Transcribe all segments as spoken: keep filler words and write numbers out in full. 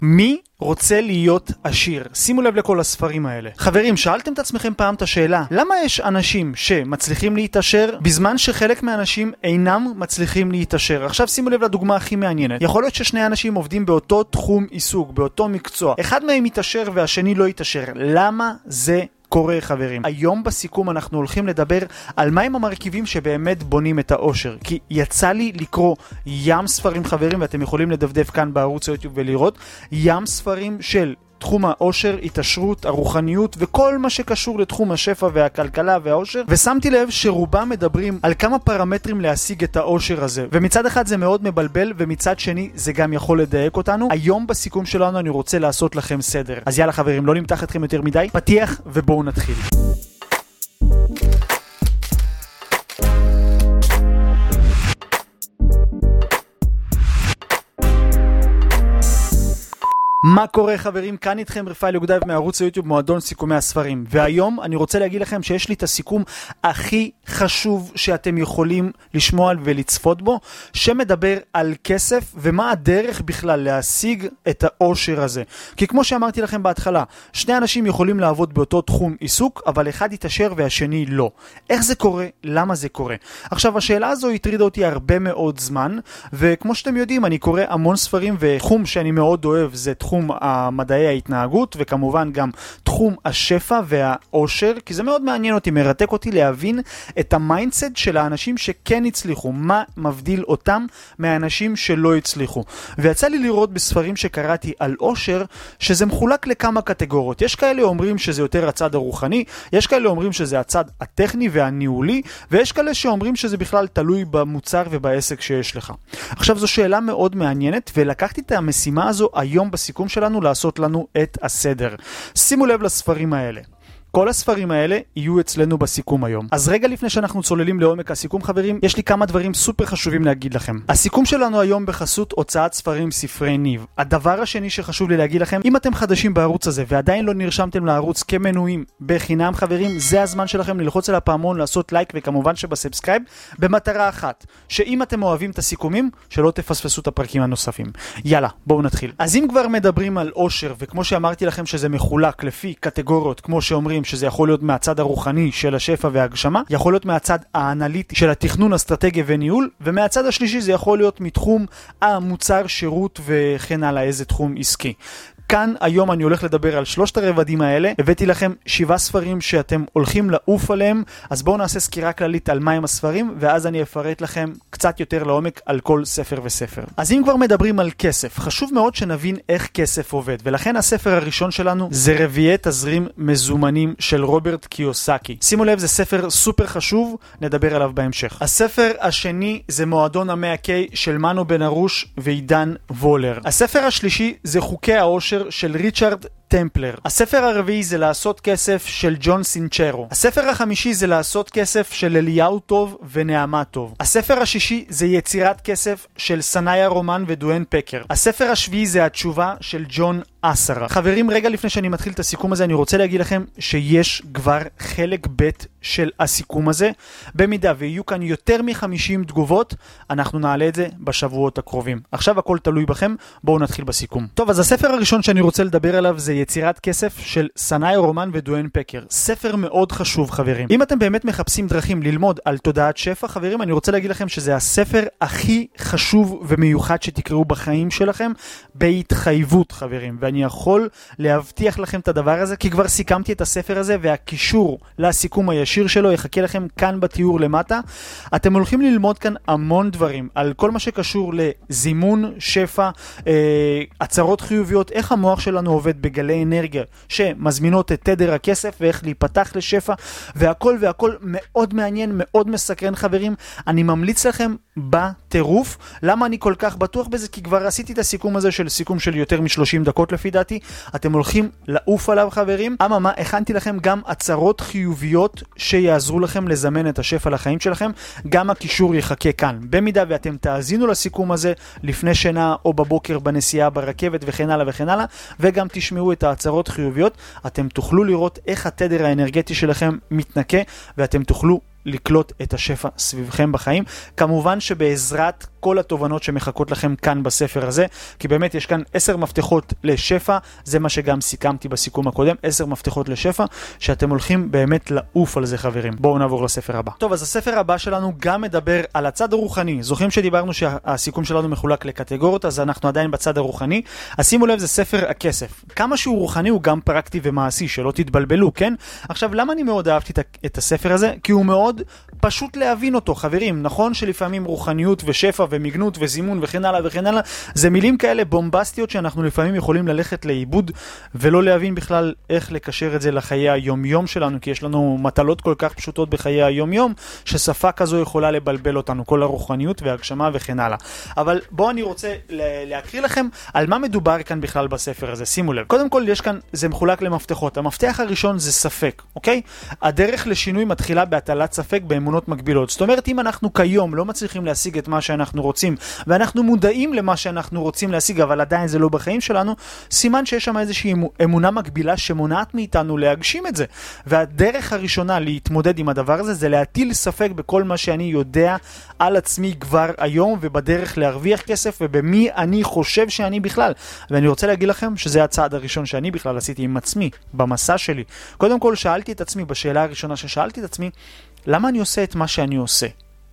מי רוצה להיות עשיר? שימו לב לכל הספרים האלה. חברים, שאלתם את עצמכם פעם את השאלה, למה יש אנשים שמצליחים להתעשר בזמן שחלק מהאנשים אינם מצליחים להתעשר? עכשיו שימו לב לדוגמה הכי מעניינת. יכול להיות ששני אנשים עובדים באותו תחום עיסוק, באותו מקצוע. אחד מהם יתעשר והשני לא יתעשר. למה זה קורה, חברים? היום בסיכום אנחנו הולכים לדבר על מהם המרכיבים שבאמת בונים את האושר. כי יצא לי לקרוא ים ספרים, חברים, ואתם יכולים לדפדף כאן בערוץ היוטיוב ולראות ים ספרים של תחום האושר, התעשרות, הרוחניות וכל מה שקשור לתחום השפע והכלכלה והאושר, ושמתי לב שרובם מדברים על כמה פרמטרים להשיג את האושר הזה, ומצד אחד זה מאוד מבלבל ומצד שני זה גם יכול לדייק אותנו. היום בסיכום שלנו אני רוצה לעשות לכם סדר, אז יאללה חברים, לא נמתח אתכם יותר מדי, פתיח ובואו נתחיל. מה קורה חברים? כאן איתכם רפאל יוגדייב מערוץ היוטיוב מועדון סיכומי הספרים, והיום אני רוצה להגיד לכם שיש לי את הסיכום הכי חשוב שאתם יכולים לשמוע ולצפות בו, שמדבר על כסף ומה הדרך בכלל להשיג את האושר הזה. כי כמו שאמרתי לכם בהתחלה, שני אנשים יכולים לעבוד באותו תחום עיסוק, אבל אחד יתעשר והשני לא. איך זה קורה? למה זה קורה? עכשיו השאלה הזו הטרידה אותי הרבה מאוד זמן, וכמו שאתם יודעים אני קורא המון ספרים, ותחום שאני מאוד אוהב זה תחום תחום מדעי ההתנהגות, וכמובן גם תחום השפע והאושר, כי זה מאוד מעניין אותי, מרתק אותי להבין את המיינדסט של האנשים שכן הצליחו, מה מבדיל אותם מהאנשים שלא הצליחו. ויצא לי לראות בספרים שקראתי על אושר, שזה מחולק לכמה קטגוריות. יש כאלה אומרים שזה יותר הצד הרוחני, יש כאלה אומרים שזה הצד הטכני והניהולי, ויש כאלה שאומרים שזה בכלל תלוי במוצר ובעסק שיש לך. עכשיו זו שאלה מאוד מעניינת, ולקחתי את המשימה הזו היום בסיכום שלנו לעשות לנו את הסדר. שימו לב לספרים האלה. כל הספרים האלה יהיו אצלנו בסיכום היום. אז רגע לפני שאנחנו צוללים לעומק הסיכום חברים, יש לי כמה דברים סופר חשובים להגיד לכם. הסיכום שלנו היום בחסות הוצאת ספרים ספרי ניב. הדבר השני שחשוב לי להגיד לכם, אם אתם חדשים בערוץ הזה ועדיין לא נרשמתם לערוץ כמנויים בחינם חברים, זה הזמן שלכם ללחוץ על הפעמון, לעשות לייק וכמובן שבסאבסקרייב, במטרה אחת, שאם אתם אוהבים את הסיכומים, שלא תפספסו את הפרקים הנוספים. יאללה, בואו נתחיל. אז אם כבר מדברים על אושר, וכמו שאמרתי לכם שזה מחולק לפי קטגוריות, כמו שאומרים שזה יכול להיות מהצד הרוחני של השפע וההגשמה, יכול להיות מהצד האנליטי של התכנון, אסטרטגיה וניהול, ומהצד השלישי זה יכול להיות מתחום המוצר, שירות וכן הלאה, איזה תחום עסקי. כאן היום אני הולך לדבר על שלושת הרבדים האלה. הבאתי לכם שבעה ספרים שאתם הולכים לעוף עליהם, אז בואו נעשה סקירה כללית על מהם הספרים, ואז אני אפרט לכם קצת יותר לעומק על כל ספר וספר. אז אם כבר מדברים על כסף, חשוב מאוד שנבין איך כסף עובד, ולכן הספר הראשון שלנו זה רביעי תזרים מזומנים של רוברט קיוסקי. שימו לב, זה ספר סופר חשוב, נדבר עליו בהמשך. הספר השני זה מועדון ה-מאה קיי של מנו בן ארוש ועידן וולר. הספר השלישי זה חוקי האושר של ריצ'רד טמפלר. הספר הרביעי זה לעשות כסף של ג'ון סינצ'רו. הספר החמישי זה לעשות כסף של אליהו טוב ונעמה טוב. הספר השישי זה יצירת כסף של סנאיה רומן ודואן פקר. הספר השביעי זה התשובה של ג'ון אסרה. חברים, רגע לפני שאני מתחיל את הסיכום הזה, אני רוצה להגיד לכם שיש כבר חלק ב' של הסיכום הזה. במידה ויהיו כאן יותר מ-חמישים תגובות, אנחנו נעלה את זה בשבועות הקרובים. עכשיו הכל תלוי בכם, בואו נתחיל בסיכום. טוב, אז הספר הראשון שאני רוצה לדבר עליו זה יצירת כסף של סנאיה רומן ודואן פקר. ספר מאוד חשוב חברים. אם אתם באמת מחפשים דרכים ללמוד על תודעת שפע חברים, אני רוצה להגיד לכם שזה הספר הכי חשוב ומיוחד שתקראו בחיים שלכם בהתחייבות חברים. ואני יכול להבטיח לכם את הדבר הזה, כי כבר סיכמתי את הספר הזה והקישור לסיכום הישיר שלו יחכה לכם כאן בתיאור למטה. אתם הולכים ללמוד כאן המון דברים על כל מה שקשור לזימון שפע, אה, הצהרות חיוביות, איך המוח שלנו עובד בגלי אנרגיה שמזמינות את תדר הכסף ואיך להיפתח לשפע, והכל והכל מאוד מעניין, מאוד מסקרן חברים. אני ממליץ לכם בטירוף. למה אני כל כך בטוח בזה? כי כבר עשיתי את הסיכום הזה של סיכום של יותר מ-שלושים דקות לפי דעתי. אתם הולכים לעוף עליו חברים. אממה, הכנתי לכם גם הצהרות חיוביות שיעזרו לכם לזמן את השפע לחיים שלכם. גם הקישור יחכה כאן. במידה ואתם תאזינו לסיכום הזה לפני שינה או בבוקר בנסיעה ברכבת וכן הלאה וכן הלאה, וגם תשמעו את ההצהרות חיוביות, אתם תוכלו לראות איך התדר האנרגטי שלכם מתנקה, ואתם תוכלו לקלוט את השפע סביבכם בחיים. כמובן שבעזרת כל התובנות שמחכות לכם כאן בספר הזה, כי באמת יש כאן עשר מפתחות לשפע, זה מה שגם סיכמתי בסיכום הקודם, עשר מפתחות לשפע, שאתם הולכים באמת לעוף על זה חברים. בואו נעבור לספר הבא. טוב, אז הספר הבא שלנו גם מדבר על הצד הרוחני. זוכרים שדיברנו שהסיכום שלנו מחולק לקטגוריות, אז אנחנו עדיין בצד הרוחני. אז שימו לב, זה ספר הכסף. כמה שהוא רוחני הוא גם פרקטי ומעשי, שלא תתבלבלו, כן? עכשיו, למה אני מאוד אהבתי את הספר הזה? כי הוא מאוד פשוט להבין אותו, חברים. נכון שלפעמים רוחניות ושפע ומגנות וזימון וכן הלאה וכן הלאה, זה מילים כאלה בומבסטיות שאנחנו לפעמים יכולים ללכת לאיבוד ולא להבין בכלל איך לקשר את זה לחיי היום-יום שלנו, כי יש לנו מטלות כל כך פשוטות בחיי היום-יום, ששפה כזו יכולה לבלבל אותנו, כל הרוחניות והגשמה וכן הלאה. אבל בואו אני רוצה להקריא לכם על מה מדובר כאן בכלל בספר הזה. שימו לב. קודם כל יש כאן, זה מחולק למפתחות. המפתח הראשון זה ספק, אוקיי? הדרך לשינוי מתחילה בהטלת ספק באמונות מקבילות. זאת אומרת, אם אנחנו כיום לא מצליחים להשיג את מה שאנחנו רוצים, ואנחנו מודעים למה שאנחנו רוצים להשיג, אבל עדיין זה לא בחיים שלנו, סימן שיש שם איזושהי אמונה מקבילה שמונעת מאיתנו להגשים את זה. והדרך הראשונה להתמודד עם הדבר הזה, זה להטיל ספק בכל מה שאני יודע על עצמי כבר היום, ובדרך להרוויח כסף, ובמי אני חושב שאני בכלל. ואני רוצה להגיד לכם שזה הצעד הראשון שאני בכלל עשיתי עם עצמי, במסע שלי. קודם כל, שאלתי את עצמי, בשאלה הראשונה ששאלתי את עצמי, למה אני עושה את מה שאני עושה?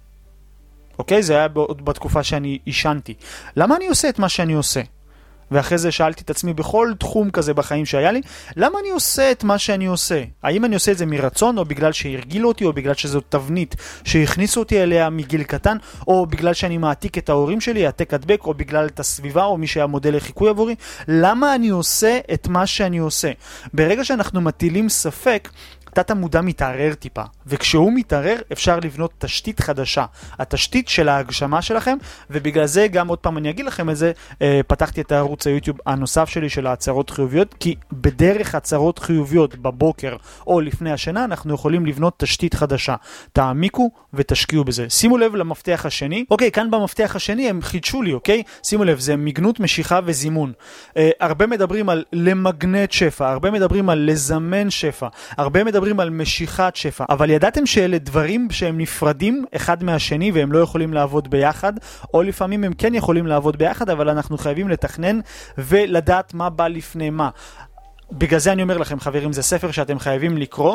אוקיי? זה היה עוד בתקופה שאני ישנתי. למה אני עושה את מה שאני עושה? ואחרי זה שאלתי את עצמי בכל תחום כזה בחיים שהיה לי, למה אני עושה את מה שאני עושה? האם אני עושה את זה מרצון, או בגלל שהרגילו אותי, או בגלל שזו תבנית שהכניסו אותי אליה מגיל קטן, או בגלל שאני מעתיק את ההורים שלי, העתק הדבק, או בגלל את הסביבה, או מי שהיה מודל לחיקוי עבורי? למה אני עושה את מה שאני עושה? ברגע שאנחנו מטילים ספק, תת המודע מתערער טיפה, וכשהוא מתערער אפשר לבנות תשתית חדשה, התשתית של ההגשמה שלכם, ובגלל זה גם עוד פעם אני אגיד לכם את זה, אה, פתחתי את הערוץ היוטיוב הנוסף שלי של ההצהרות חיוביות, כי בדרך הצהרות חיוביות בבוקר או לפני השינה אנחנו יכולים לבנות תשתית חדשה. תעמיקו ותשקיעו בזה. שימו לב למפתח השני. אוקיי, כאן במפתח השני הם חידשו לי, אוקיי? שימו לב, זה מגנות, משיכה וזימון. אה, הרבה מדברים על למגנט שפע, הרבה מדברים על לזמן שפע, הרבה מדברים על משיכת שפע, אבל ידעתם שאלה דברים שהם נפרדים אחד מהשני והם לא יכולים לעבוד ביחד, או לפעמים הם כן יכולים לעבוד ביחד, אבל אנחנו חייבים לתכנן ולדעת מה בא לפני מה. בגלל זה אני אומר לכם חברים, זה ספר שאתם חייבים לקרוא.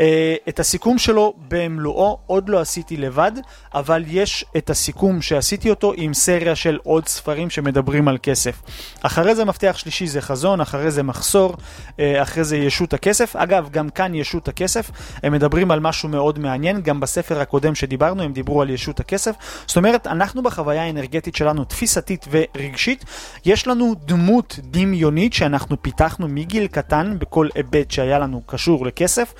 את הסיכום שלו במלואו עוד לא עשיתי לבד, אבל יש את הסיכום שעשיתי אותו עם סריה של עוד ספרים שמדברים על כסף. אחרי זה מפתח שלישי זה חזון, אחרי זה מחסור, אחרי זה ישות הכסף. אגב, גם כאן ישות הכסף, הם מדברים על משהו מאוד מעניין, גם בספר הקודם שדיברנו הם דיברו על ישות הכסף. זאת אומרת, אנחנו בחוויה האנרגטית שלנו, תפיסתית ורגשית, יש לנו דמות דמיונית שאנחנו פיתחנו מגיל קטן בכל היבט שהיה לנו קשור לכסף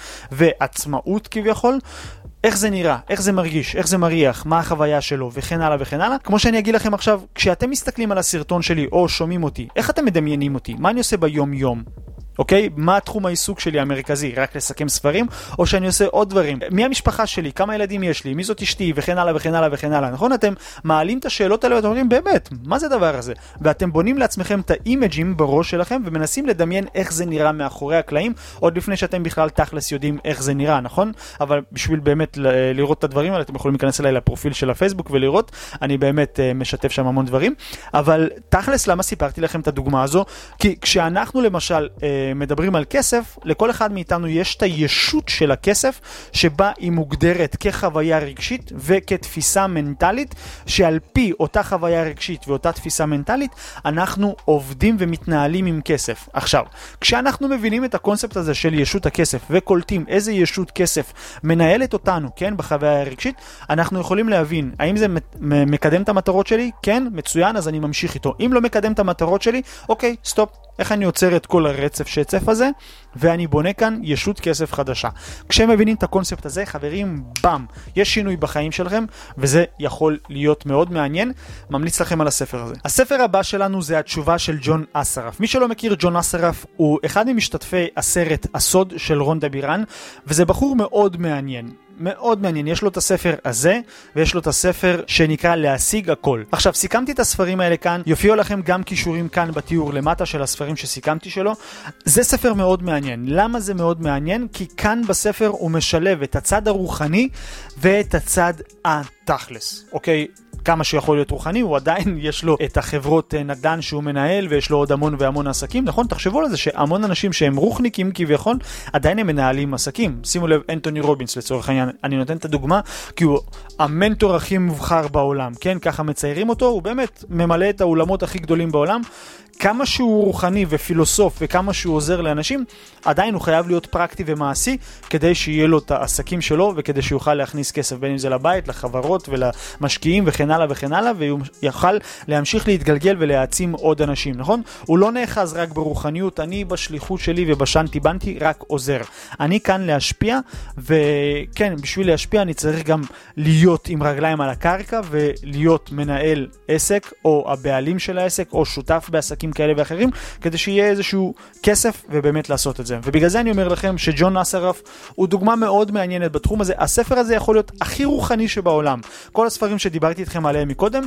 ועצמאות כביכול. איך זה נראה, איך זה מרגיש, איך זה מריח, מה החוויה שלו וכן הלאה וכן הלאה. כמו שאני אגיד לכם עכשיו, כשאתם מסתכלים על הסרטון שלי או שומעים אותי, איך אתם מדמיינים אותי? מה אני עושה ביום יום? אוקיי? מה התחום העיסוק שלי המרכזי? רק לסכם ספרים? או שאני עושה עוד דברים? מי המשפחה שלי? כמה ילדים יש לי? מי זאת אשתי? וכן הלאה וכן הלאה וכן הלאה. נכון? אתם מעלים את השאלות האלה ואתם אומרים, באמת, מה זה דבר הזה? ואתם בונים לעצמכם את האימג'ים בראש שלכם ומנסים לדמיין איך זה נראה מאחורי הקלעים, עוד לפני שאתם בכלל תכלס יודעים איך זה נראה, נכון? אבל בשביל באמת ל- לראות את הדברים האלה, אתם יכולים להיכנס אליי לפרופיל של הפייסבוק ולראות, אני באמת uh, משתף שם המון דברים. אבל תכלס, למה סיפרתי לכם את הדוגמה הזו? כי כשאנחנו למשל uh, מדברים על כסף, לכל אחד מאיתנו יש את הישות של הכסף, שבה היא מוגדרת כחוויה רגשית וכתפיסה מנטלית, שעל פי אותה חוויה רגשית ואותה תפיסה מנטלית, אנחנו עובדים ומתנהלים עם כסף. עכשיו, כשאנחנו מבינים את הקונספט הזה של ישות הכסף וקולטים איזה ישות כסף מנהלת אותנו, כן, בחוויה הרגשית, אנחנו יכולים להבין, האם זה מקדם את המטרות שלי? כן, מצוין, אז אני ממשיך איתו. אם לא מקדם את המטרות שלי, אוקיי, סטופ. איך אני עוצר את כל הרצף שצף הזה, ואני בונה כאן ישות כסף חדשה. כשהם מבינים את הקונספט הזה, חברים, בם, יש שינוי בחיים שלכם, וזה יכול להיות מאוד מעניין. ממליץ לכם על הספר הזה. הספר הבא שלנו זה התשובה של ג'ון אסרף. מי שלא מכיר, ג'ון אסרף הוא אחד ממשתתפי הסרט הסוד של רונדה בירן, וזה בחור מאוד מעניין. מאוד מעניין, יש לו את הספר הזה ויש לו את הספר שנקרא להשיג הכל. עכשיו, סיכמתי את הספרים האלה כאן, יופיעו לכם גם קישורים כאן בתיאור למטה של הספרים שסיכמתי שלו. זה ספר מאוד מעניין. מעניין. למה זה מאוד מעניין? כי כאן בספר הוא משלב את הצד הרוחני ואת הצד התכלס. אוקיי? כמה שיכול להיות רוחני, הוא עדיין יש לו את החברות נדל"ן שהוא מנהל, ויש לו עוד המון והמון עסקים, נכון? תחשבו על זה שהמון אנשים שהם רוחניקים כביכול, עדיין הם מנהלים עסקים. שימו לב, אנטוני רובינס לצורך העניין, אני נותן את הדוגמה, כי הוא המנטור הכי מובחר בעולם, כן? ככה מציירים אותו, הוא באמת ממלא את האולמות הכי גדולים בעולם, כמה שהוא רוחני ופילוסוף וכמה שהוא עוזר לאנשים, עדיין הוא חייב להיות פרקטי ומעשי כדי שיהיה לו את העסקים שלו וכדי שיוכל להכניס כסף בין אם זה לבית, לחברות ולמשקיעים וכן הלאה וכן הלאה, והוא יוכל להמשיך להתגלגל ולהעצים עוד אנשים, נכון? הוא לא נאחז רק ברוחניות, אני בשליחות שלי ובשנתי בנתי רק עוזר. אני כאן להשפיע, וכן, בשביל להשפיע אני צריך גם להיות עם רגליים על הקרקע ולהיות מנהל עסק או הבעלים של העסק או שותף בעסקים כאלה ואחרים, כדי שיהיה איזשהו כסף ובאמת לעשות את זה. ובגלל זה אני אומר לכם שג'ון נסרף הוא דוגמה מאוד מעניינת בתחום הזה. הספר הזה יכול להיות הכי רוחני שבעולם. כל הספרים שדיברתי איתכם עליהם מקודם,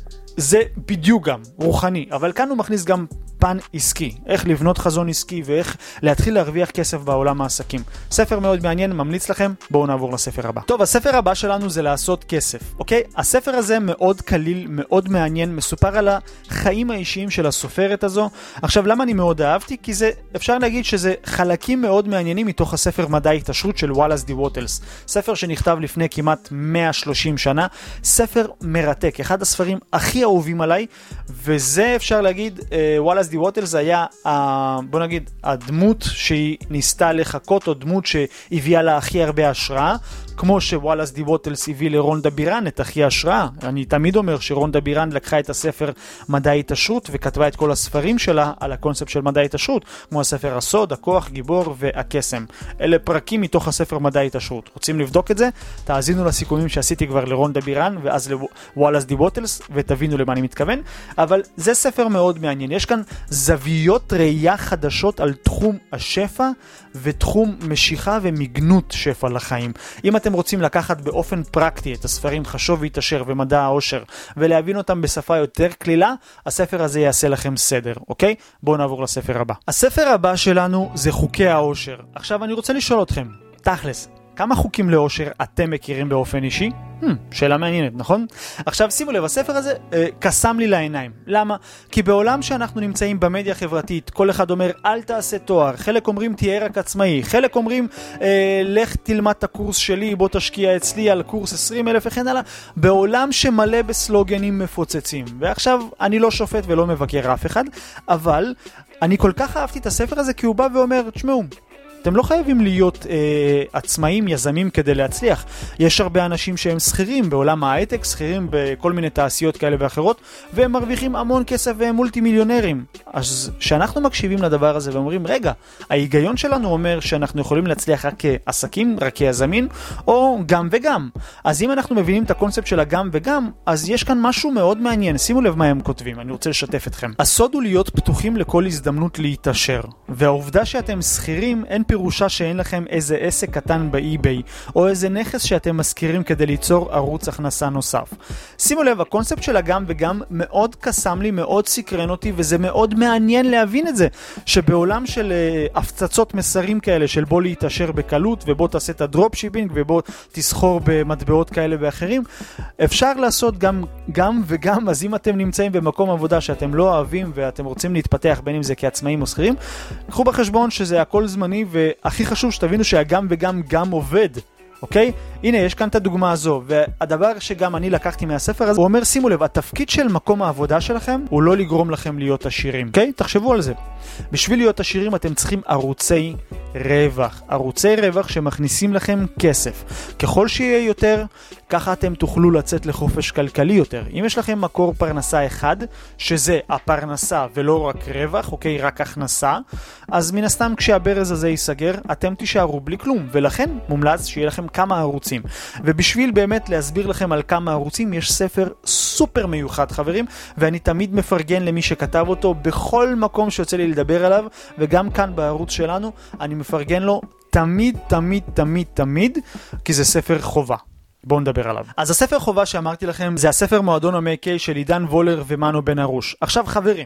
זה בדיוק גם רוחני, אבל כאן הוא מכניס גם פן עסקי, איך לבנות חזון עסקי ואיך להתחיל להרוויח כסף בעולם העסקים. ספר מאוד מעניין, ממליץ לכם, בואו נעבור לספר הבא. טוב, הספר הבא שלנו זה לעשות כסף, אוקיי? הספר הזה מאוד קליל, מאוד מעניין, מסופר על החיים האישיים של הסופרת הזו. עכשיו, למה אני מאוד אהבתי? כי זה, אפשר להגיד שזה חלקים מאוד מעניינים מתוך הספר מדע ההתעשרות של וואלאס די ווטלס. ספר שנכתב לפני כמעט מאה ושלושים שנה, ספר מרתק, אחד הספרים הכי אהובים עליי, וזה אפשר להגיד, וואלאס די ווטלס היה, בוא נגיד, הדמות שהיא ניסתה לחכות, או דמות שהביאה לה הכי הרבה השראה, כמו שוואלאס די ווטלס הביא לרונדה בירן את הכי השראה. אני תמיד אומר שרונדה בירן לקחה את הספר מדע ההתעשרות וכתבה את כל הספרים שלה על הקונספט של מדע ההתעשרות, כמו הספר הסוד, הכוח, גיבור והקסם. אלה פרקים מתוך הספר מדע ההתעשרות. רוצים לבדוק את זה? תאזינו לסיכומים שעשיתי כבר לרונדה בירן ואז לוואלאס די ווטלס ותבינו למה אני מתכוון. אבל זה ספר מאוד מעניין. יש כאן זוויות ראייה חדשות על תחום השפע ותחום משיכה ומגנות שפע לחיים. אם אתם רוצים לקחת באופן פרקטי את הספרים חשוב והתעשר ומדע העושר ולהבין אותם בשפה יותר כלילה, הספר הזה יעשה לכם סדר, אוקיי? בואו נעבור לספר הבא. הספר הבא שלנו זה חוקי העושר. עכשיו אני רוצה לשאול אתכם, תכלס, כמה חוקים לעושר אתם מכירים באופן אישי? Hmm, שאלה מעניינת, נכון? עכשיו שימו לב, הספר הזה אה, קסם לי לעיניים. למה? כי בעולם שאנחנו נמצאים במדיה החברתית, כל אחד אומר אל תעשה תואר, חלק אומרים תהיה רק עצמאי, חלק אומרים אה, לך תלמד את הקורס שלי, בוא תשקיע אצלי על קורס עשרים אלף וכן הלאה, בעולם שמלא בסלוגנים מפוצצים. ועכשיו אני לא שופט ולא מבקר אף אחד, אבל אני כל כך אהבתי את הספר הזה כי הוא בא ואומר, תשמעו, אתם לא חייבים להיות אה, עצמאים, יזמים כדי להצליח. יש הרבה אנשים שהם שכירים בעולם ההייטק, שכירים בכל מיני תעשיות כאלה ואחרות, והם מרוויחים המון כסף והם מולטי מיליונרים. אז שאנחנו מקשיבים לדבר הזה ואומרים, רגע, ההיגיון שלנו אומר שאנחנו יכולים להצליח רק כעסקים, רק כיזמים, או גם וגם. אז אם אנחנו מבינים את הקונספט של הגם וגם, אז יש כאן משהו מאוד מעניין. שימו לב מה הם כותבים, אני רוצה לשתף אתכם. הסוד הוא להיות פתוחים לכל הזדמנות להתעשר. והעובדה שאתם שכירים, אין פירושה שאין לכם איזה עסק קטן באי-ביי, או איזה נכס שאתם מזכירים כדי ליצור ערוץ הכנסה נוסף. שימו לב, הקונספט של הגם וגם מאוד קסם לי, מאוד סקרן אותי, וזה מאוד מעניין להבין את זה, שבעולם של uh, הפצצות מסרים כאלה, של בוא להתעשר בקלות, ובוא תעשה את הדרופשיפינג, ובוא תסחור במטבעות כאלה ואחרים, אפשר לעשות גם, גם וגם. אז אם אתם נמצאים במקום עבודה שאתם לא אוהבים, ואתם רוצים להתפתח בין אם זה כעצמאים או שכירים, קחו בחשבון שזה הכל זמני, והכי חשוב שתבינו שהגם וגם גם עובד. אוקיי? הנה, יש כאן את הדוגמה הזו, והדבר שגם אני לקחתי מהספר הזה, הוא אומר, שימו לב, התפקיד של מקום העבודה שלכם הוא לא לגרום לכם להיות עשירים. אוקיי? תחשבו על זה. בשביל להיות עשירים אתם צריכים ערוצי רווח. ערוצי רווח שמכניסים לכם כסף. ככל שיהיה יותר, ככה אתם תוכלו לצאת לחופש כלכלי יותר. אם יש לכם מקור פרנסה אחד, שזה הפרנסה ולא רק רווח, אוקיי, רק הכנסה, אז מן הסתם כשהברז הזה ייסגר, אתם תישארו בלי כלום, ולכן מומלץ שיהיה לכם כמה ערוצים. ובשביל באמת להסביר לכם על כמה ערוצים, יש ספר סופר מיוחד, חברים, ואני תמיד מפרגן למי שכתב אותו בכל מקום שיוצא לי לדבר עליו, וגם כאן בערוץ שלנו, אני מפרגן לו תמיד, תמיד, תמיד, תמיד, כי זה ספר חובה. בואו נדבר עליו. אז הספר חובה שאמרתי לכם, זה הספר מועדון ה-מאה קיי של עידן וולר ומנו בן ארוש. עכשיו חברים,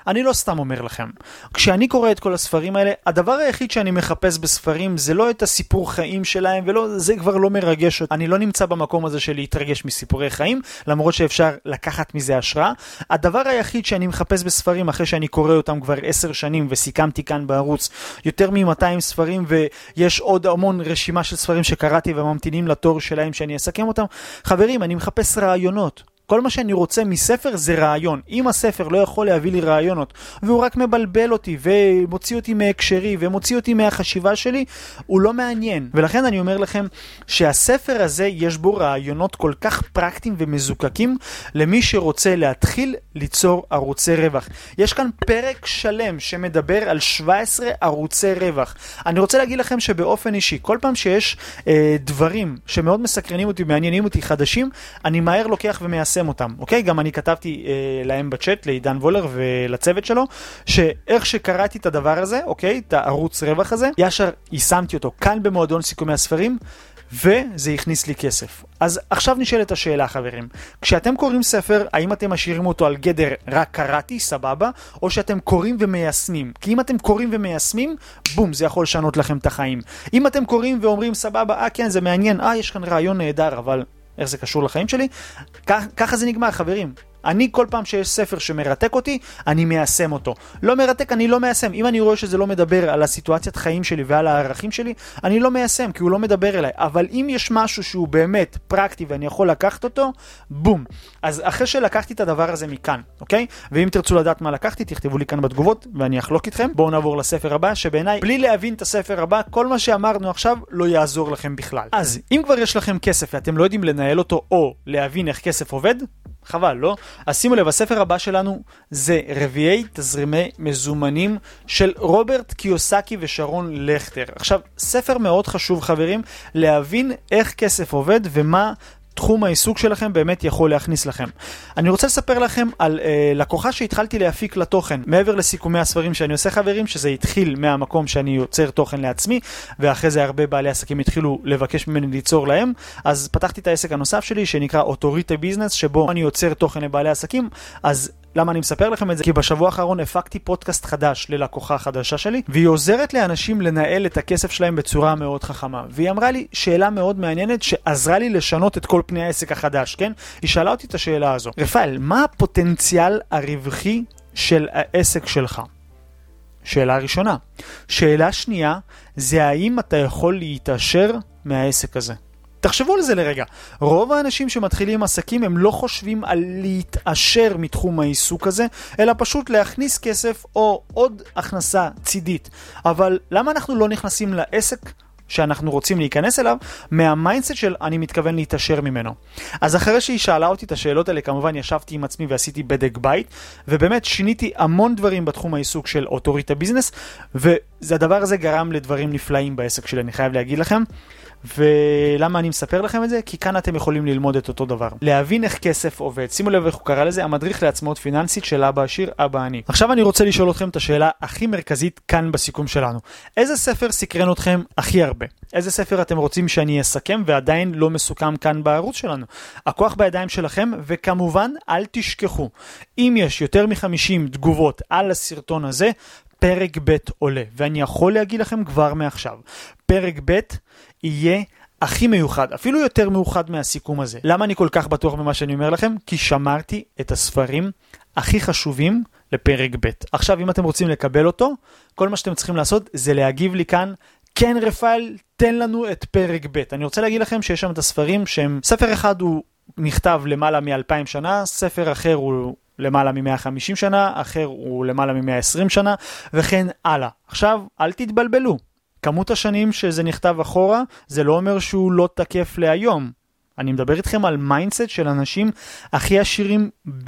אני לא סתם אומר לכם. כשאני קורא את כל הספרים האלה, הדבר היחיד שאני מחפש בספרים זה לא את הסיפור חיים שלהם, ולא, זה כבר לא מרגש אותי. אני לא נמצא במקום הזה של להתרגש מסיפורי חיים, למרות שאפשר לקחת מזה השראה. הדבר היחיד שאני מחפש בספרים, אחרי שאני קורא אותם כבר עשר שנים, וסיכמתי כאן בערוץ יותר מ-מאתיים ספרים, ויש עוד המון רשימה של ספרים שקראתי וממתינים לתור שלהם שאני אסכם אותם. חברים, אני מחפש רעיונות. כל מה שאני רוצה מספר זה רעיון. אם הספר לא יכול להביא לי רעיונות, והוא רק מבלבל אותי, ומוציא אותי מהקשרי, ומוציא אותי מהחשיבה שלי, הוא לא מעניין. ולכן אני אומר לכם, שהספר הזה יש בו רעיונות כל כך פרקטיים ומזוקקים, למי שרוצה להתחיל ליצור ערוצי רווח. יש כאן פרק שלם שמדבר על שבע עשרה ערוצי רווח. אני רוצה להגיד לכם שבאופן אישי, כל פעם שיש אה, דברים שמאוד מסקרנים אותי, מעניינים אותי חדשים, אני מהר לוקח ומיישם אותם, אוקיי? גם אני כתבתי אה, להם בצ'אט, לעידן וולר ולצוות שלו, שאיך שקראתי את הדבר הזה, אוקיי? את הערוץ רווח הזה, ישר יישמתי אותו כאן במועדון סיכומי הספרים, וזה הכניס לי כסף. אז עכשיו נשאלת השאלה, חברים. כשאתם קוראים ספר, האם אתם משאירים אותו על גדר רק קראתי, סבבה, או שאתם קוראים ומיישמים? כי אם אתם קוראים ומיישמים, בום, זה יכול לשנות לכם את החיים. אם אתם קוראים ואומרים, סבבה, אה כן, זה מעניין, אה, יש כאן רעיון נהדר, אבל איך זה קשור לחיים שלי? כ- ככה זה נגמר, חברים. אני כל פעם שיש ספר שמרתק אותי, אני מיישם אותו. לא מרתק, אני לא מיישם. אם אני רואה שזה לא מדבר על הסיטואציית חיים שלי ועל הערכים שלי, אני לא מיישם, כי הוא לא מדבר אליי. אבל אם יש משהו שהוא באמת פרקטי ואני יכול לקחת אותו, בום. אז אחרי שלקחתי את הדבר הזה מכאן, אוקיי? ואם תרצו לדעת מה לקחתי, תכתבו לי כאן בתגובות ואני אחלוק איתכם. בואו נעבור לספר הבא, שבעיניי, בלי להבין את הספר הבא, כל מה שאמרנו עכשיו לא יעזור לכם בכלל. אז אם כבר יש לכם כסף ואתם לא יודעים לנהל אותו או להבין איך כסף עובד, חבל, לא? אז שימו לב, הספר הבא שלנו זה רביעי תזרימי מזומנים של רוברט קיוסקי ושרון לכטר. עכשיו, ספר מאוד חשוב, חברים, להבין איך כסף עובד ומה תחום העיסוק שלכם באמת יכול להכניס לכם. אני רוצה לספר לכם על אה, לקוחה שהתחלתי להפיק לתוכן, מעבר לסיכומי הספרים שאני עושה, חברים, שזה התחיל מהמקום שאני יוצר תוכן לעצמי, ואחרי זה הרבה בעלי עסקים התחילו לבקש ממני ליצור להם, אז פתחתי את העסק הנוסף שלי, שנקרא אוטוריטי ביזנס, שבו אני יוצר תוכן לבעלי עסקים. אז למה אני מספר לכם את זה? כי בשבוע האחרון הפקתי פודקאסט חדש ללקוחה חדשה שלי, והיא עוזרת לאנשים לנהל את הכסף שלהם בצורה מאוד חכמה. והיא אמרה לי שאלה מאוד מעניינת שעזרה לי לשנות את כל פני העסק החדש, כן? היא שאלה אותי את השאלה הזו. רפאל, מה הפוטנציאל הרווחי של העסק שלך? שאלה ראשונה. שאלה שנייה, זה האם אתה יכול להתעשר מהעסק הזה? תחשבו על זה לרגע. רוב האנשים שמתחילים עסקים הם לא חושבים על להתעשר מתחום העיסוק הזה, אלא פשוט להכניס כסף או עוד הכנסה צידית. אבל למה אנחנו לא נכנסים לעסק שאנחנו רוצים להיכנס אליו מהמיינדסט של אני מתכוון להתעשר ממנו? אז אחרי שהיא שאלה אותי את השאלות האלה, כמובן ישבתי עם עצמי ועשיתי בדק בית, ובאמת שיניתי המון דברים בתחום העיסוק של אוטוריטי ביזנס, והדבר הזה גרם לדברים נפלאים בעסק שלי, אני חייב להגיד לכם. ולמה אני מספר לכם את זה? כי כאן אתם יכולים ללמוד את אותו דבר. להבין איך כסף עובד. שימו לב איך הוא קרא לזה, המדריך לעצמאות פיננסית של אבא עשיר, אבא עני. עכשיו אני רוצה לשאול אתכם את השאלה הכי מרכזית כאן בסיכום שלנו. איזה ספר סקרן אתכם הכי הרבה? איזה ספר אתם רוצים שאני אסכם ועדיין לא מסוכם כאן בערוץ שלנו? הכוח בידיים שלכם, וכמובן אל תשכחו, אם יש יותר מ-חמישים תגובות על הסרטון הזה, פרק ב' עולה. ואני יכול להגיד לכם כבר מעכשיו, פרק ב' יהיה הכי מיוחד, אפילו יותר מיוחד מהסיכום הזה. למה אני כל כך בטוח במה שאני אומר לכם? כי שמרתי את הספרים הכי חשובים לפרק ב'. עכשיו, אם אתם רוצים לקבל אותו, כל מה שאתם צריכים לעשות זה להגיב לי כאן, כן רפאל, תן לנו את פרק ב'. אני רוצה להגיד לכם שיש שם את הספרים שהם, ספר אחד הוא נכתב למעלה מ-אלפיים שנה, ספר אחר הוא למעלה מ-מאה וחמישים שנה, אחר הוא למעלה מ-מאה ועשרים שנה, וכן הלאה. עכשיו, אל תתבלבלו. כמות השנים שזה נכתב אחורה, זה לא אומר שהוא לא תקף להיום. אני מדבר איתכם על מיינדסט של אנשים הכי עשירים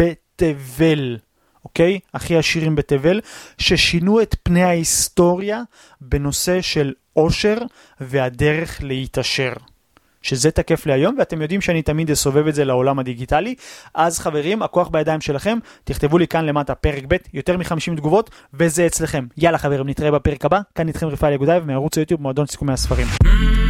בתבל, אוקיי? הכי עשירים בתבל, ששינו את פני ההיסטוריה בנושא של עושר והדרך להתעשר. שזה תקף להיום, ואתם יודעים שאני תמיד אסובב את זה לעולם הדיגיטלי. אז חברים, הכוח בידיים שלכם, תכתבו לי כאן למטה פרק ב', יותר מ-חמישים תגובות, וזה אצלכם. יאללה חברים, נתראה בפרק הבא. כאן איתכם רפאל יגודאי, מערוץ היוטיוב מועדון סיכומי הספרים.